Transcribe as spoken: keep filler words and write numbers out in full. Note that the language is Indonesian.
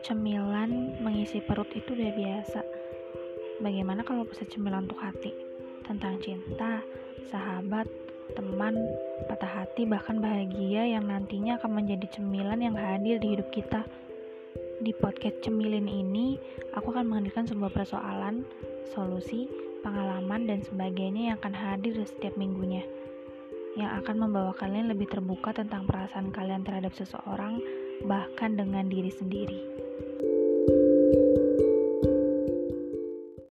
Cemilan mengisi perut itu udah biasa. Bagaimana kalau pesan cemilan untuk hati? Tentang cinta, sahabat, teman, patah hati, bahkan bahagia yang nantinya akan menjadi cemilan yang hadir di hidup kita. Di podcast Cemilin ini, aku akan menghadirkan sebuah persoalan, solusi, pengalaman, dan sebagainya yang akan hadir di setiap minggunya, yang akan membawa kalian lebih terbuka tentang perasaan kalian terhadap seseorang, bahkan dengan diri sendiri.